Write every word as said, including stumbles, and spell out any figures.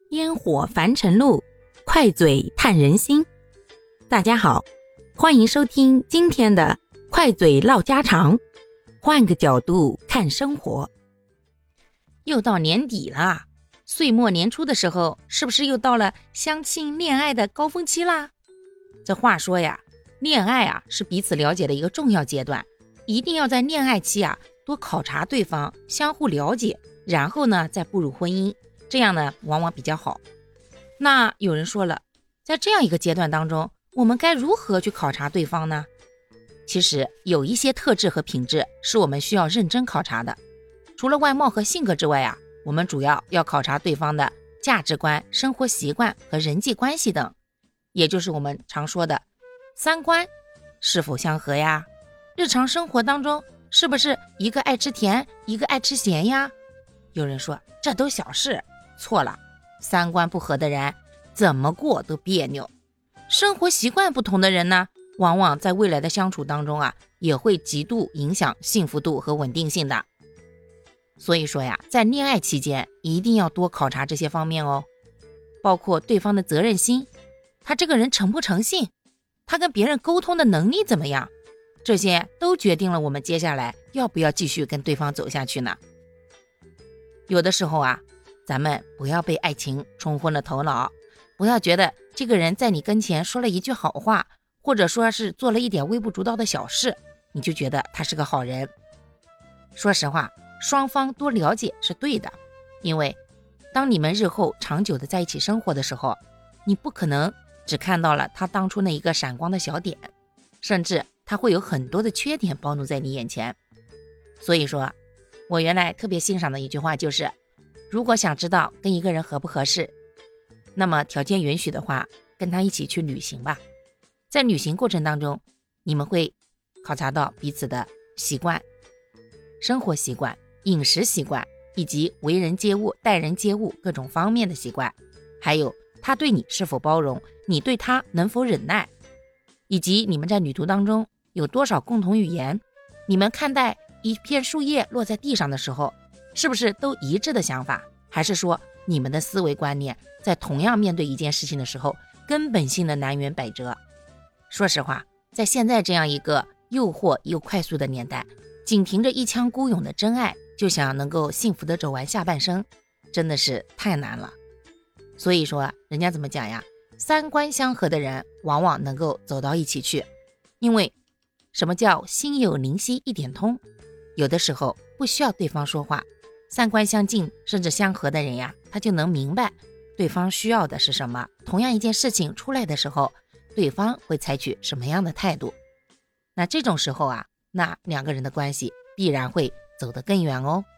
烟火凡尘路，快嘴探人心。大家好，欢迎收听今天的快嘴唠家常，换个角度看生活。又到年底了，岁末年初的时候，是不是又到了相亲恋爱的高峰期啦？这话说呀，恋爱啊是彼此了解的一个重要阶段，一定要在恋爱期啊多考察对方，相互了解，然后呢再步入婚姻，这样呢往往比较好。那有人说了，在这样一个阶段当中，我们该如何去考察对方呢？其实有一些特质和品质是我们需要认真考察的。除了外貌和性格之外啊，我们主要要考察对方的价值观、生活习惯和人际关系等，也就是我们常说的三观是否相合呀？日常生活当中是不是一个爱吃甜，一个爱吃咸呀？有人说这都小事，错了，三观不合的人怎么过都别扭。生活习惯不同的人呢，往往在未来的相处当中啊，也会极度影响幸福度和稳定性的。所以说呀，在恋爱期间一定要多考察这些方面哦，包括对方的责任心，他这个人诚不诚信，他跟别人沟通的能力怎么样，这些都决定了我们接下来要不要继续跟对方走下去呢。有的时候啊，咱们不要被爱情冲昏了头脑，不要觉得这个人在你跟前说了一句好话，或者说是做了一点微不足道的小事，你就觉得他是个好人。说实话，双方多了解是对的，因为当你们日后长久的在一起生活的时候，你不可能只看到了他当初那一个闪光的小点，甚至他会有很多的缺点暴露在你眼前。所以说，我原来特别欣赏的一句话就是，如果想知道跟一个人合不合适，那么条件允许的话，跟他一起去旅行吧。在旅行过程当中，你们会考察到彼此的习惯、生活习惯、饮食习惯，以及为人接物、待人接物各种方面的习惯，还有他对你是否包容，你对他能否忍耐，以及你们在旅途当中有多少共同语言，你们看待一片树叶落在地上的时候，是不是都一致的想法，还是说你们的思维观念在同样面对一件事情的时候根本性的南辕北辙。说实话，在现在这样一个诱惑又快速的年代，仅凭着一腔孤勇的真爱就想能够幸福的走完下半生，真的是太难了。所以说人家怎么讲呀，三观相合的人往往能够走到一起去。因为什么叫心有灵犀一点通，有的时候不需要对方说话，三观相近甚至相合的人呀，他就能明白对方需要的是什么，同样一件事情出来的时候，对方会采取什么样的态度。那这种时候啊，那两个人的关系必然会走得更远哦。